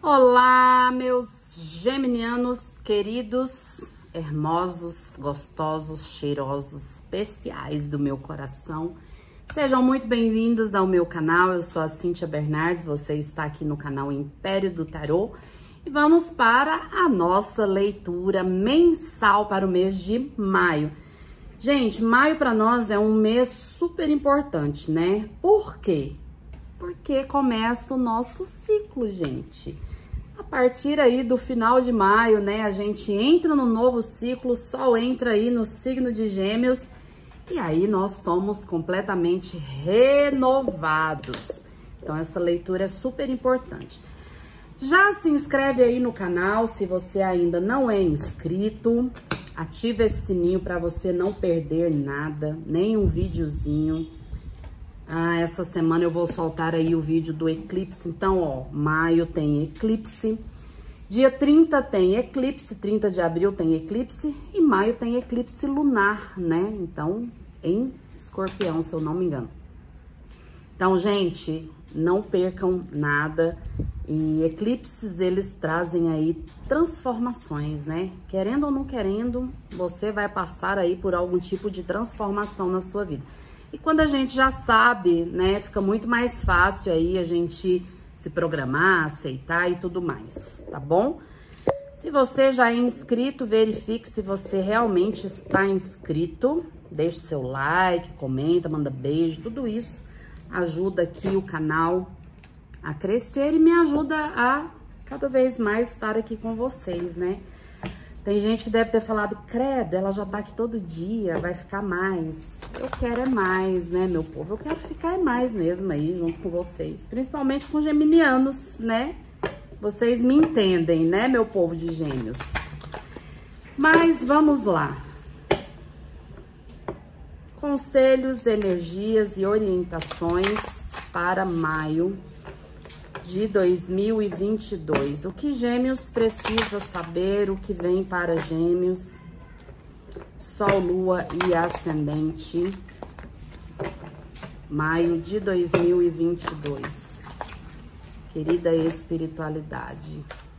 Olá, meus geminianos queridos, hermosos, gostosos, cheirosos, especiais do meu coração. Sejam muito bem-vindos ao meu canal. Eu sou a Cíntia Bernardes, você está aqui no canal Império do Tarô. E vamos para a nossa leitura mensal para o mês de maio. Gente, maio para nós é um mês super importante, né? Por quê? Porque começa o nosso ciclo, gente. A partir aí do final de maio, né, a gente entra no novo ciclo, o Sol entra aí no signo de Gêmeos e aí nós somos completamente renovados. Então essa leitura é super importante. Já se inscreve aí no canal se você ainda não é inscrito, ativa esse sininho para você não perder nada, nem um videozinho. Essa semana eu vou soltar aí o vídeo do eclipse. Então, ó, maio tem eclipse, dia 30 tem eclipse, 30 de abril tem eclipse e maio tem eclipse lunar, né? Então, em Escorpião, se eu não me engano. Então, gente, não percam nada. E eclipses, eles trazem aí transformações, né? Querendo ou não querendo, você vai passar aí por algum tipo de transformação na sua vida. E quando a gente já sabe, né, fica muito mais fácil aí a gente se programar, aceitar e tudo mais, tá bom? Se você já é inscrito, verifique se você realmente está inscrito. Deixe seu like, comenta, manda beijo, tudo isso ajuda aqui o canal a crescer e me ajuda a cada vez mais estar aqui com vocês, né? Tem gente que deve ter falado, credo, ela já tá aqui todo dia, vai ficar mais. Eu quero é mais, né, meu povo? Eu quero ficar é mais mesmo aí, junto com vocês. Principalmente com geminianos, né? Vocês me entendem, né, meu povo de Gêmeos? Mas vamos lá. Conselhos, energias e orientações para maio de 2022. O que Gêmeos precisa saber, o que vem para Gêmeos, Sol, Lua e Ascendente, maio de 2022. Querida espiritualidade.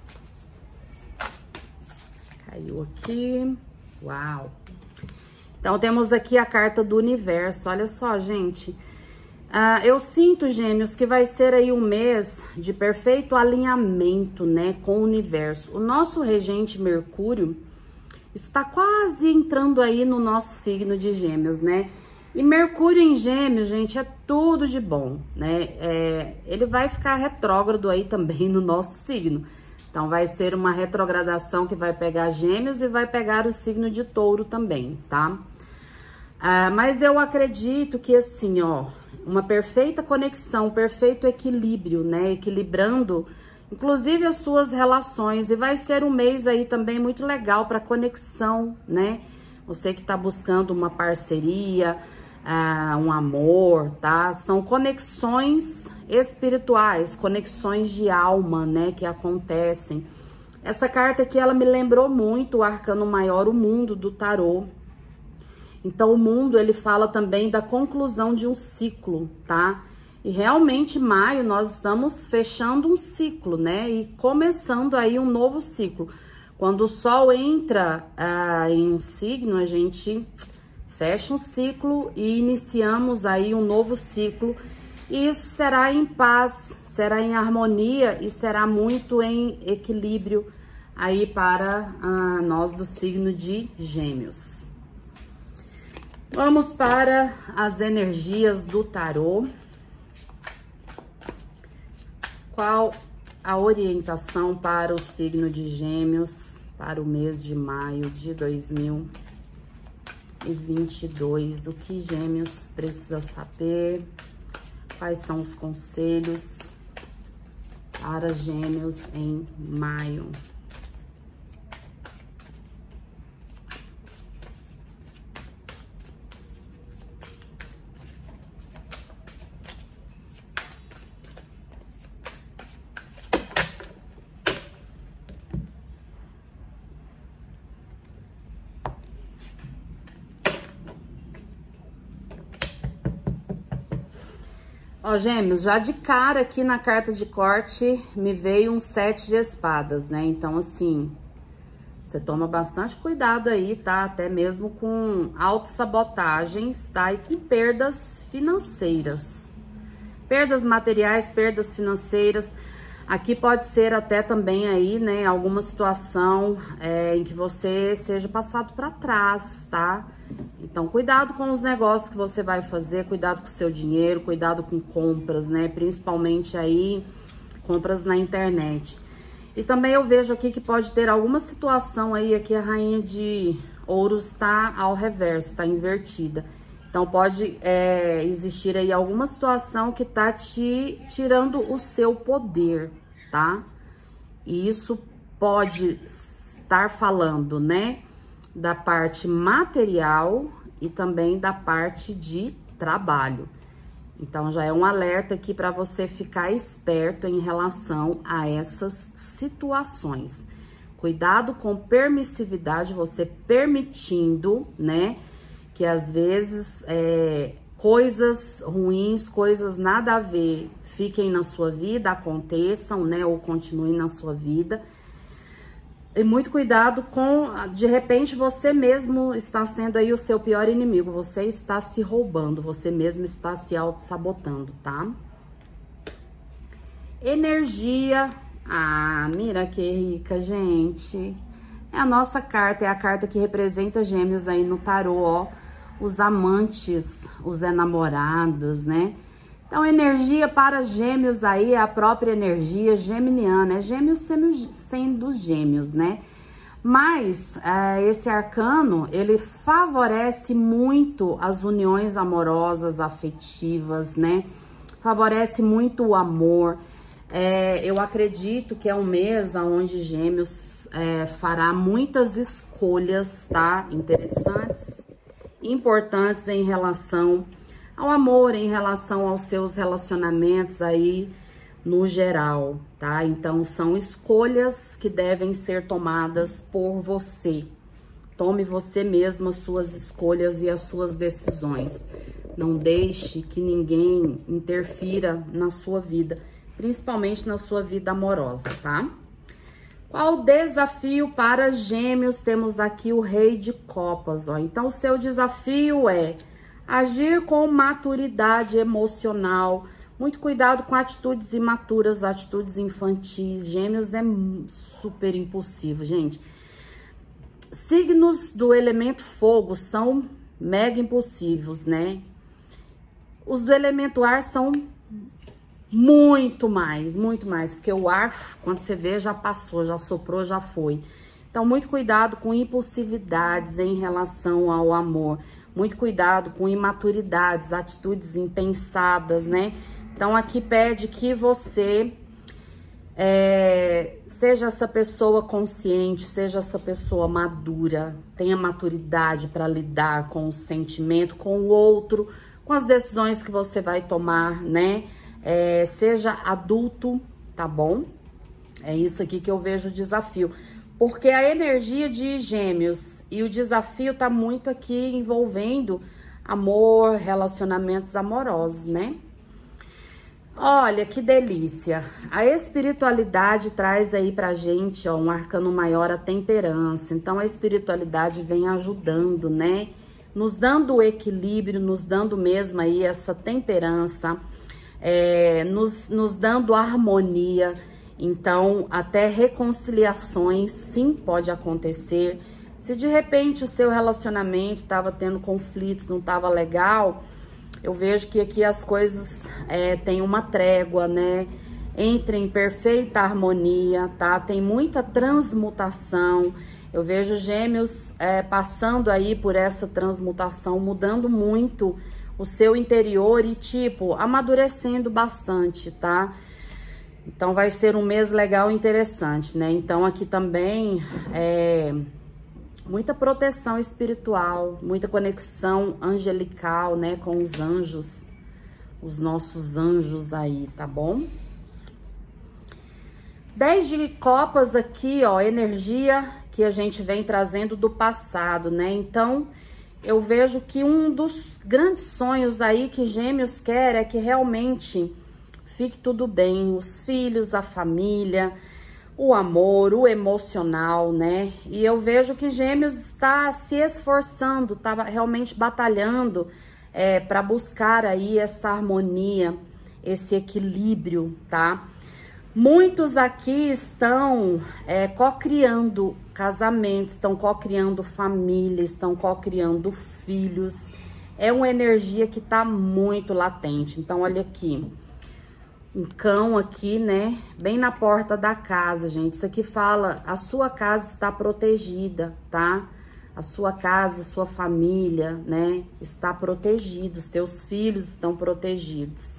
Caiu aqui. Uau! Então, temos aqui a carta do universo. Olha só, gente. Eu sinto, Gêmeos, que vai ser aí um mês de perfeito alinhamento, né, com o universo. O nosso regente Mercúrio está quase entrando aí no nosso signo de Gêmeos, né? E Mercúrio em Gêmeos, gente, é tudo de bom, né? Ele vai ficar retrógrado aí também no nosso signo. Então, vai ser uma retrogradação que vai pegar Gêmeos e vai pegar o signo de Touro também, tá? Mas eu acredito que assim, ó, uma perfeita conexão, perfeito equilíbrio, né? Equilibrando, inclusive, as suas relações. E vai ser um mês aí também muito legal para conexão, né? Você que tá buscando uma parceria, um amor, tá? São conexões espirituais, conexões de alma, né? Que acontecem. Essa carta aqui, ela me lembrou muito o arcano maior, o mundo do tarô. Então, o mundo, ele fala também da conclusão de um ciclo, tá? E realmente, maio, nós estamos fechando um ciclo, né? E começando aí um novo ciclo. Quando o Sol entra em um signo, a gente fecha um ciclo e iniciamos aí um novo ciclo. E isso será em paz, será em harmonia e será muito em equilíbrio aí para nós do signo de Gêmeos. Vamos para as energias do tarô. Qual a orientação para o signo de Gêmeos para o mês de maio de 2022? O que Gêmeos precisa saber? Quais são os conselhos para Gêmeos em maio? Ó, Gêmeos, já de cara aqui na carta de corte me veio um 7 de espadas, né? Então, assim, você toma bastante cuidado aí, tá? Até mesmo com autossabotagens, tá? E com perdas financeiras. Perdas materiais, perdas financeiras. Aqui pode ser até também aí, né, alguma situação em que você seja passado para trás, tá? Então, cuidado com os negócios que você vai fazer, cuidado com o seu dinheiro, cuidado com compras, né? Principalmente aí, compras na internet. E também eu vejo aqui que pode ter alguma situação aí, aqui a rainha de ouros tá ao reverso, tá invertida. Então, pode existir aí alguma situação que tá te tirando o seu poder, tá? E isso pode estar falando, né, da parte material e também da parte de trabalho. Então, já é um alerta aqui para você ficar esperto em relação a essas situações. Cuidado com permissividade, você permitindo, né, que às vezes coisas ruins, coisas nada a ver, fiquem na sua vida, aconteçam, né, ou continuem na sua vida. E muito cuidado com, de repente, você mesmo está sendo aí o seu pior inimigo, você está se roubando, você mesmo está se auto-sabotando, tá? Energia, mira que rica, gente. É a nossa carta, é a carta que representa Gêmeos aí no tarô, ó. Os amantes, os enamorados, né? Então, energia para Gêmeos aí é a própria energia geminiana, é Gêmeos sendo Gêmeos, né? Mas esse arcano, ele favorece muito as uniões amorosas, afetivas, né? Favorece muito o amor. Eu acredito que é um mês onde Gêmeos fará muitas escolhas, tá? Interessantes, importantes em relação ao amor, em relação aos seus relacionamentos aí no geral, tá? Então, são escolhas que devem ser tomadas por você. Tome você mesmo as suas escolhas e as suas decisões. Não deixe que ninguém interfira na sua vida, principalmente na sua vida amorosa, tá? Qual o desafio para Gêmeos? Temos aqui o Rei de Copas, ó. Então, o seu desafio é agir com maturidade emocional. Muito cuidado com atitudes imaturas, atitudes infantis. Gêmeos é super impulsivo, gente. Signos do elemento fogo são mega impulsivos, né? Os do elemento ar são muito mais, porque o ar, quando você vê, já passou, já soprou, já foi. Então, muito cuidado com impulsividades em relação ao amor. Muito cuidado com imaturidades, atitudes impensadas, né? Então, aqui pede que você seja essa pessoa consciente, seja essa pessoa madura, tenha maturidade para lidar com o sentimento, com o outro, com as decisões que você vai tomar, né? Seja adulto, tá bom? É isso aqui que eu vejo o desafio. Porque a energia de Gêmeos e o desafio tá muito aqui envolvendo amor, relacionamentos amorosos, né? Olha que delícia. A espiritualidade traz aí pra gente, ó, um arcano maior, a temperança. Então, a espiritualidade vem ajudando, né? Nos dando o equilíbrio, nos dando mesmo aí essa temperança, nos dando harmonia. Então, até reconciliações, sim, pode acontecer. Se de repente o seu relacionamento estava tendo conflitos, não estava legal, eu vejo que aqui as coisas têm uma trégua, né? Entra em perfeita harmonia, tá? Tem muita transmutação. Eu vejo Gêmeos passando aí por essa transmutação, mudando muito o seu interior e, tipo, amadurecendo bastante, tá? Então, vai ser um mês legal e interessante, né? Então, aqui também muita proteção espiritual, muita conexão angelical, né? Com os anjos, os nossos anjos aí, tá bom? 10 de copas aqui, ó, energia que a gente vem trazendo do passado, né? Então, eu vejo que um dos grandes sonhos aí que Gêmeos quer é que realmente fique tudo bem, os filhos, a família, o amor, o emocional, né? E eu vejo que Gêmeos está se esforçando, está realmente batalhando para buscar aí essa harmonia, esse equilíbrio, tá? Muitos aqui estão co-criando casamentos, estão co-criando família, estão co-criando filhos. É uma energia que tá muito latente. Então, olha aqui. Um cão aqui, né? Bem na porta da casa, gente. Isso aqui fala, a sua casa está protegida, tá? A sua casa, a sua família, né? Está protegida, os teus filhos estão protegidos.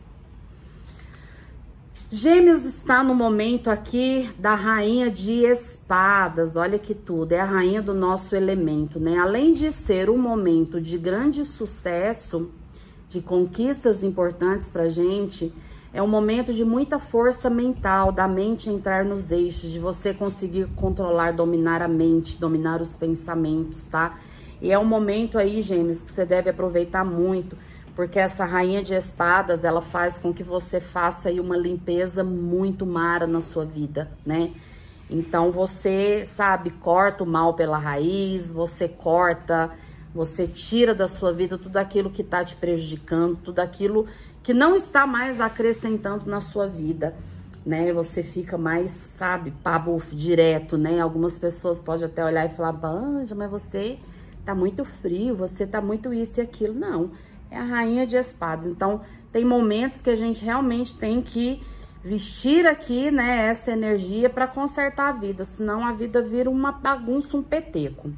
Gêmeos está no momento aqui da rainha de espadas, olha que tudo, é a rainha do nosso elemento, né? Além de ser um momento de grande sucesso, de conquistas importantes pra gente, é um momento de muita força mental, da mente entrar nos eixos, de você conseguir controlar, dominar a mente, dominar os pensamentos, tá? E é um momento aí, Gêmeos, que você deve aproveitar muito, porque essa rainha de espadas, ela faz com que você faça aí uma limpeza muito mara na sua vida, né? Então, você, sabe, corta o mal pela raiz, você corta, você tira da sua vida tudo aquilo que tá te prejudicando, tudo aquilo que não está mais acrescentando na sua vida, né? Você fica mais, sabe, pabuf, direto, né? Algumas pessoas podem até olhar e falar, Ângela, mas você tá muito frio, você tá muito isso e aquilo. Não, é a rainha de espadas. Então, tem momentos que a gente realmente tem que vestir aqui, né, essa energia para consertar a vida, senão a vida vira uma bagunça, um peteco.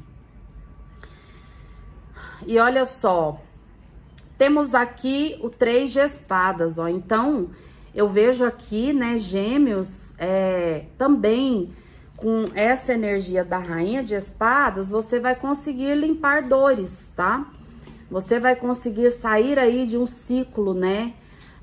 E olha só, temos aqui o 3 de espadas, ó. Então, eu vejo aqui, né, Gêmeos, também com essa energia da rainha de espadas, você vai conseguir limpar dores, tá? Você vai conseguir sair aí de um ciclo, né,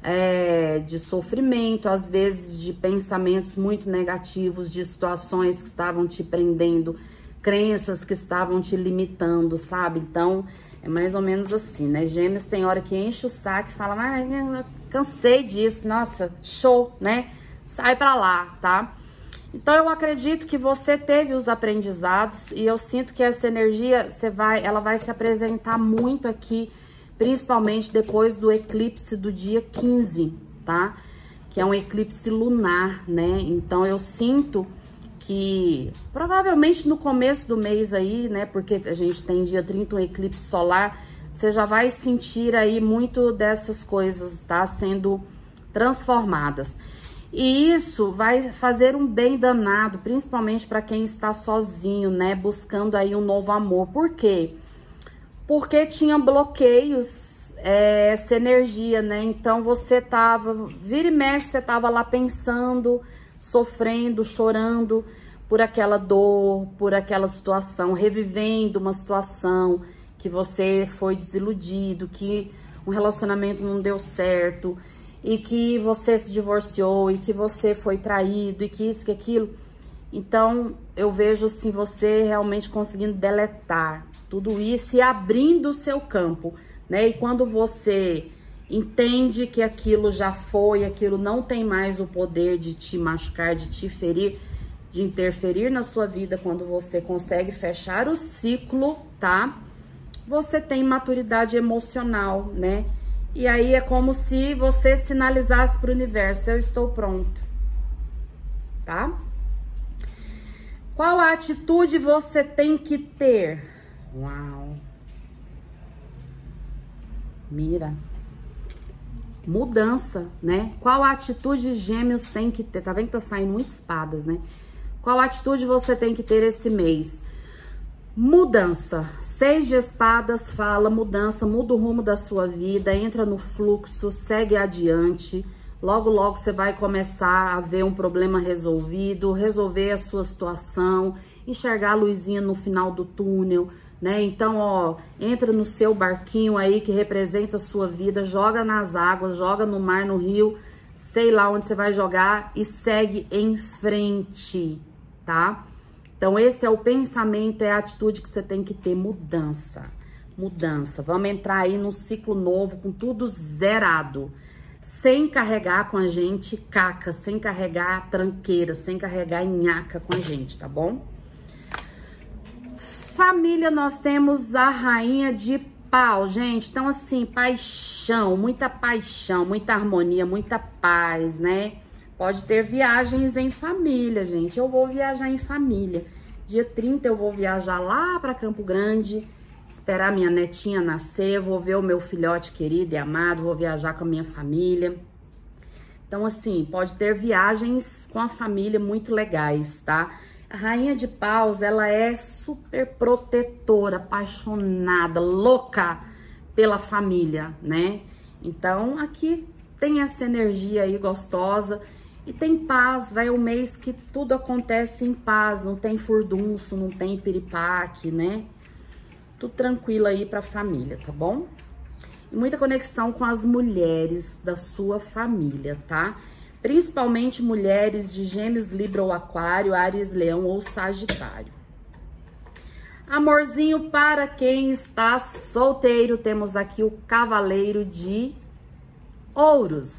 de sofrimento, às vezes de pensamentos muito negativos, de situações que estavam te prendendo, crenças que estavam te limitando, sabe? Então, é mais ou menos assim, né? Gêmeos tem hora que enche o saco e fala, mas eu cansei disso, nossa, show, né? Sai pra lá, tá? Então, eu acredito que você teve os aprendizados e eu sinto que essa energia, ela vai se apresentar muito aqui, principalmente depois do eclipse do dia 15, tá? Que é um eclipse lunar, né? Então, eu sinto que provavelmente no começo do mês aí, né? Porque a gente tem dia 30 um eclipse solar, você já vai sentir aí muito dessas coisas, tá? Sendo transformadas. E isso vai fazer um bem danado, principalmente para quem está sozinho, né? Buscando aí um novo amor. Por quê? Porque tinha bloqueios, essa energia, né? Então você tava, vira e mexe, você tava lá pensando, sofrendo, chorando por aquela dor, por aquela situação, revivendo uma situação que você foi desiludido, que um relacionamento não deu certo, e que você se divorciou, e que você foi traído, e que isso, que aquilo. Então, eu vejo assim, você realmente conseguindo deletar tudo isso e abrindo o seu campo, né? E quando você entende que aquilo já foi, aquilo não tem mais o poder de te machucar, de te ferir, de interferir na sua vida, quando você consegue fechar o ciclo, tá? Você tem maturidade emocional, né? E aí é como se você sinalizasse para o universo, eu estou pronto, tá? Qual a atitude você tem que ter? Uau! Mira. Mudança, né? Qual a atitude Gêmeos tem que ter? Tá vendo que tá saindo muitas espadas, né? Qual atitude você tem que ter esse mês? Mudança. 6 de espadas fala mudança, muda o rumo da sua vida, entra no fluxo, segue adiante. Logo, logo você vai começar a ver um problema resolvido, resolver a sua situação, enxergar a luzinha no final do túnel, né? Então, ó, entra no seu barquinho aí que representa a sua vida, joga nas águas, joga no mar, no rio, sei lá onde você vai jogar e segue em frente, tá? Então, esse é o pensamento, é a atitude que você tem que ter, mudança. mudança. Vamos entrar aí num ciclo novo, com tudo zerado. Sem carregar com a gente caca, sem carregar tranqueira, sem carregar nhaca com a gente, tá bom? Família, nós temos a rainha de pau, gente. Então, assim, paixão, muita harmonia, muita paz, né? Pode ter viagens em família, gente. Eu vou viajar em família. Dia 30 eu vou viajar lá para Campo Grande, esperar minha netinha nascer, vou ver o meu filhote querido e amado, vou viajar com a minha família. Então, assim, pode ter viagens com a família muito legais, tá? A rainha de paus, ela é super protetora, apaixonada, louca pela família, né? Então, aqui tem essa energia aí gostosa e tem paz, vai um mês que tudo acontece em paz, não tem furdunço, não tem piripaque, né? Tudo tranquilo aí pra família, tá bom? E muita conexão com as mulheres da sua família, tá? Principalmente mulheres de Gêmeos, Libra ou Aquário, Áries, Leão ou Sagitário. Amorzinho para quem está solteiro, temos aqui o Cavaleiro de Ouros.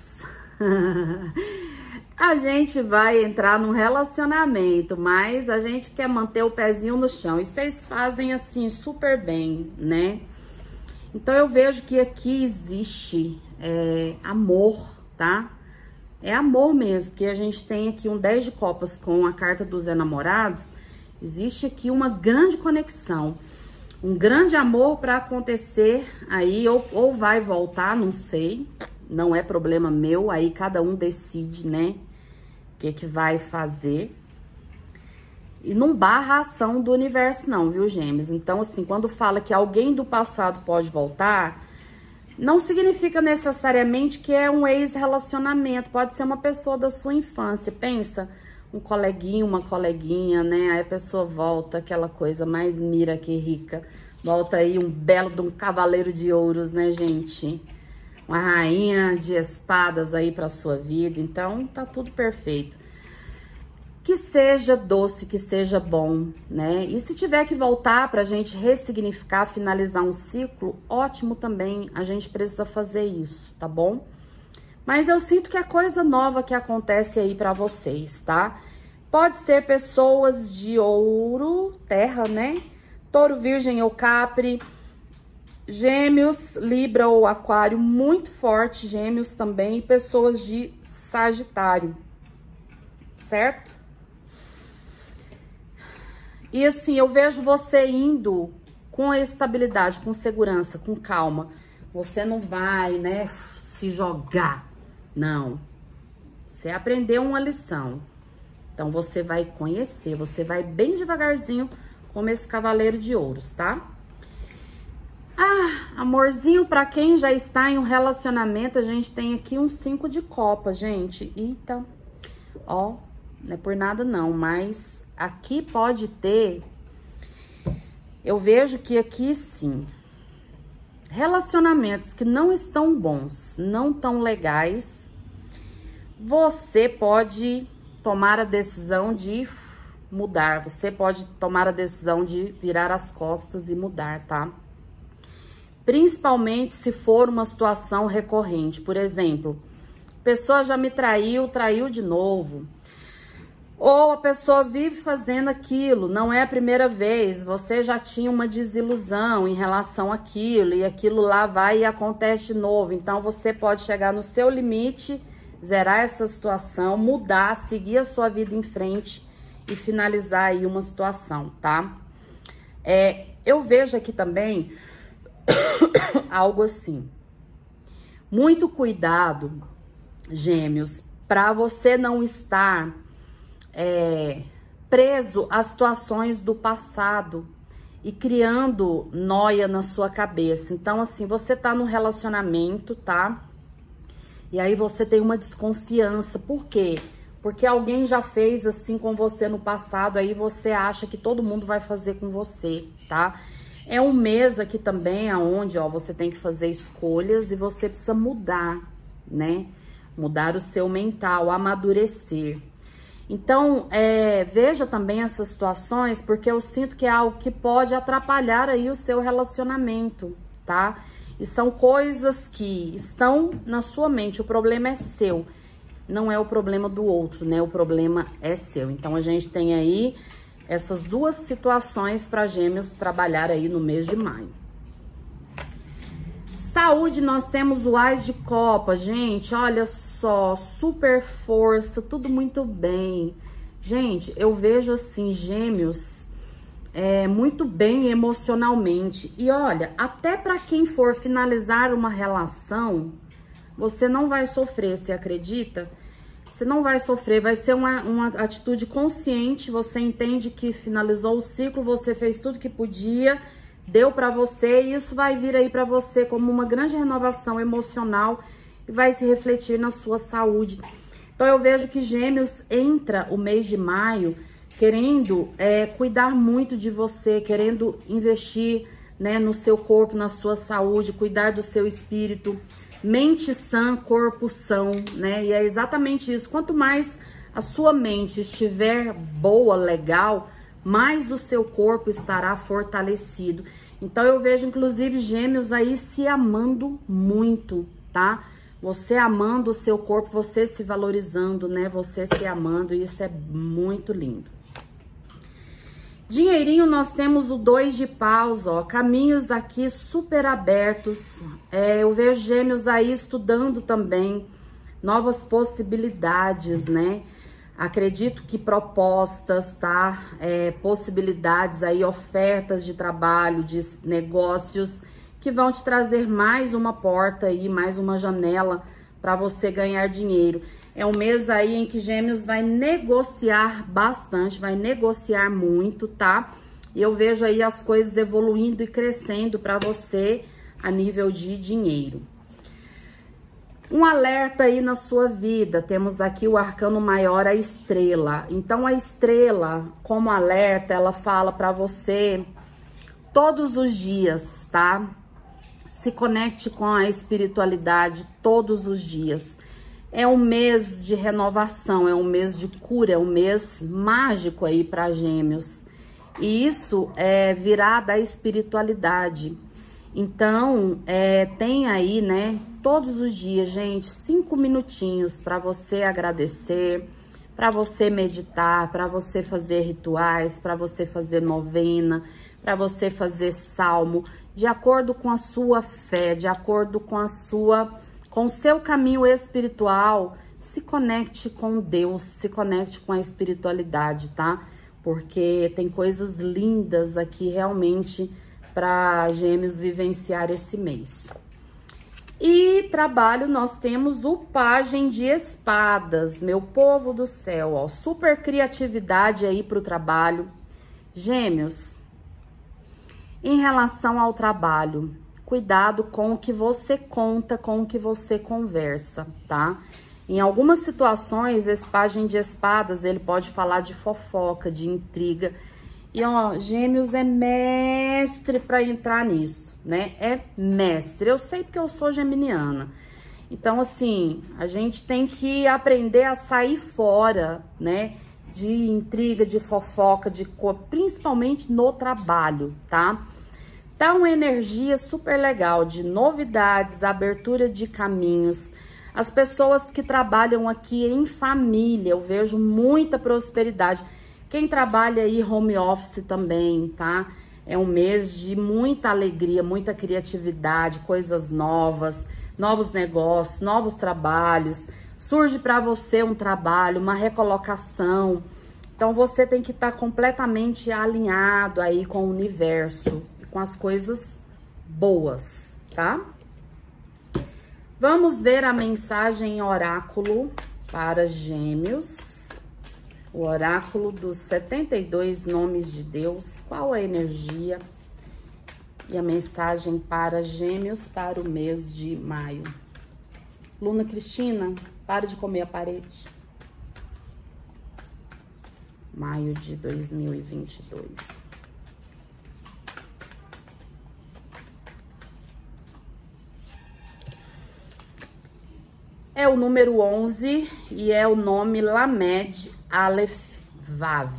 A gente vai entrar num relacionamento, mas a gente quer manter o pezinho no chão. E vocês fazem assim super bem, né? Então eu vejo que aqui existe amor, tá? É amor mesmo, porque a gente tem aqui um 10 de copas com a carta dos enamorados. Existe aqui uma grande conexão, um grande amor para acontecer aí, ou vai voltar, não sei. Não é problema meu, aí cada um decide, né? O que vai fazer. E não barra a ação do universo não, viu, Gêmeos? Então, assim, quando fala que alguém do passado pode voltar, não significa necessariamente que é um ex-relacionamento. Pode ser uma pessoa da sua infância. Pensa, um coleguinho, uma coleguinha, né? Aí a pessoa volta, aquela coisa mais mira que rica. Volta aí um belo de um cavaleiro de ouros, né, gente? Uma rainha de espadas aí pra sua vida. Então, tá tudo perfeito. Que seja doce, que seja bom, né? E se tiver que voltar pra gente ressignificar, finalizar um ciclo, ótimo também. A gente precisa fazer isso, tá bom? Mas eu sinto que é coisa nova que acontece aí pra vocês, tá? Pode ser pessoas de ouro, terra, né? Touro, Virgem ou Capri. Gêmeos, Libra ou Aquário, muito forte, Gêmeos também, e pessoas de Sagitário, certo? E assim, eu vejo você indo com estabilidade, com segurança, com calma. Você não vai, né, se jogar, não. Você aprendeu uma lição, então você vai conhecer, você vai bem devagarzinho como esse cavaleiro de ouros, tá? Ah, amorzinho, pra quem já está em um relacionamento, a gente tem aqui um 5 de copas, gente. Eita, ó, não é por nada não, mas aqui pode ter, eu vejo que aqui sim, relacionamentos que não estão bons, não tão legais, você pode tomar a decisão de mudar, você pode tomar a decisão de virar as costas e mudar, tá? Principalmente se for uma situação recorrente. Por exemplo, a pessoa já me traiu, traiu de novo. Ou a pessoa vive fazendo aquilo, não é a primeira vez. Você já tinha uma desilusão em relação àquilo, e aquilo lá vai e acontece de novo. Então, você pode chegar no seu limite, zerar essa situação, mudar, seguir a sua vida em frente e finalizar aí uma situação, tá? Eu vejo aqui também algo assim, muito cuidado, Gêmeos, para você não estar preso às situações do passado e criando noia na sua cabeça. Então, assim, você tá num relacionamento, tá? E aí você tem uma desconfiança. Por quê? Porque alguém já fez assim com você no passado, aí você acha que todo mundo vai fazer com você, tá? É um mês aqui também aonde, ó, você tem que fazer escolhas e você precisa mudar, né? Mudar o seu mental, amadurecer. Então, veja também essas situações, porque eu sinto que é algo que pode atrapalhar aí o seu relacionamento, tá? E são coisas que estão na sua mente, o problema é seu, não é o problema do outro, né? O problema é seu. Então, a gente tem aí essas duas situações para Gêmeos trabalhar aí no mês de maio. Saúde, nós temos o Ás de Copa, gente, olha só, super força, tudo muito bem. Gente, eu vejo assim, Gêmeos, muito bem emocionalmente. E olha, até para quem for finalizar uma relação, você não vai sofrer, você acredita? Você não vai sofrer, vai ser uma atitude consciente, você entende que finalizou o ciclo, você fez tudo que podia, deu pra você, e isso vai vir aí pra você como uma grande renovação emocional e vai se refletir na sua saúde. Então eu vejo que Gêmeos entra o mês de maio querendo cuidar muito de você, querendo investir, né, no seu corpo, na sua saúde, cuidar do seu espírito. Mente sã, corpo são, né? E é exatamente isso. Quanto mais a sua mente estiver boa, legal, mais o seu corpo estará fortalecido. Então eu vejo, inclusive, Gêmeos aí se amando muito, tá? Você amando o seu corpo, você se valorizando, né? Você se amando, e isso é muito lindo. Dinheirinho, nós temos o 2 de paus, ó, caminhos aqui super abertos. Eu vejo Gêmeos aí estudando também novas possibilidades, né? Acredito que propostas, tá? Possibilidades aí, ofertas de trabalho, de negócios que vão te trazer mais uma porta aí, mais uma janela para você ganhar dinheiro. É um mês aí em que Gêmeos vai negociar bastante, vai negociar muito, tá? E eu vejo aí as coisas evoluindo e crescendo para você a nível de dinheiro. Um alerta aí na sua vida, temos aqui o arcano maior, a estrela. Então a estrela, como alerta, ela fala para você todos os dias, tá? Se conecte com a espiritualidade todos os dias. É um mês de renovação, é um mês de cura, é um mês mágico aí para Gêmeos. E isso virá da espiritualidade. Então, tem aí, né, todos os dias, gente, 5 minutinhos para você agradecer, para você meditar, para você fazer rituais, para você fazer novena, para você fazer salmo, de acordo com a sua fé, de acordo com o seu caminho espiritual. Se conecte com Deus, se conecte com a espiritualidade, tá? Porque tem coisas lindas aqui realmente para Gêmeos vivenciar esse mês. E trabalho, nós temos o Pajem de Espadas, meu povo do céu, ó, super criatividade aí para o trabalho. Gêmeos, em relação ao trabalho, cuidado com o que você conta, com o que você conversa, tá? Em algumas situações, esse Pajem de Espadas, ele pode falar de fofoca, de intriga. E, ó, Gêmeos é mestre para entrar nisso, né? É mestre. Eu sei porque eu sou geminiana. Então, assim, a gente tem que aprender a sair fora, né? De intriga, de fofoca, principalmente no trabalho, tá? Tá uma energia super legal de novidades, abertura de caminhos. As pessoas que trabalham aqui em família, eu vejo muita prosperidade. Quem trabalha aí home office também, tá? É um mês de muita alegria, muita criatividade, coisas novas, novos negócios, novos trabalhos. Surge para você um trabalho, uma recolocação. Então você tem que estar completamente alinhado aí com o universo, com as coisas boas, tá? Vamos ver a mensagem oráculo para Gêmeos. O oráculo dos 72 nomes de Deus. Qual a energia e a mensagem para Gêmeos para o mês de maio? Luna Cristina, para de comer a parede. Maio de 2022. É o número 11 e é o nome Lamed Aleph, Vav.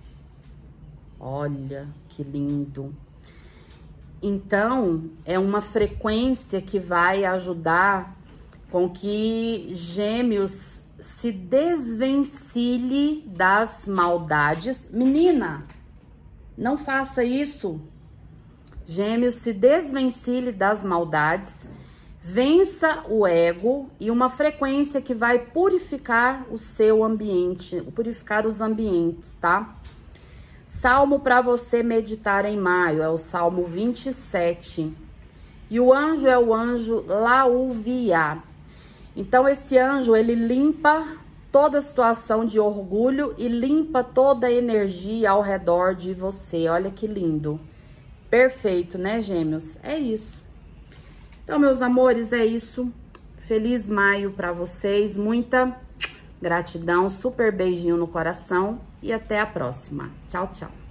Olha que lindo. Então, é uma frequência que vai ajudar com que Gêmeos se desvencilhe das maldades. Menina, não faça isso. Gêmeos, se desvencilhe das maldades, vença o ego e uma frequência que vai purificar o seu ambiente, purificar os ambientes, tá? Salmo para você meditar em maio é o Salmo 27. E o anjo é o anjo Lauvia. Então, esse anjo, ele limpa toda a situação de orgulho e limpa toda a energia ao redor de você. Olha que lindo. Perfeito, né, Gêmeos? É isso. Então, meus amores, é isso. Feliz maio para vocês. Muita gratidão, super beijinho no coração e até a próxima. Tchau, tchau.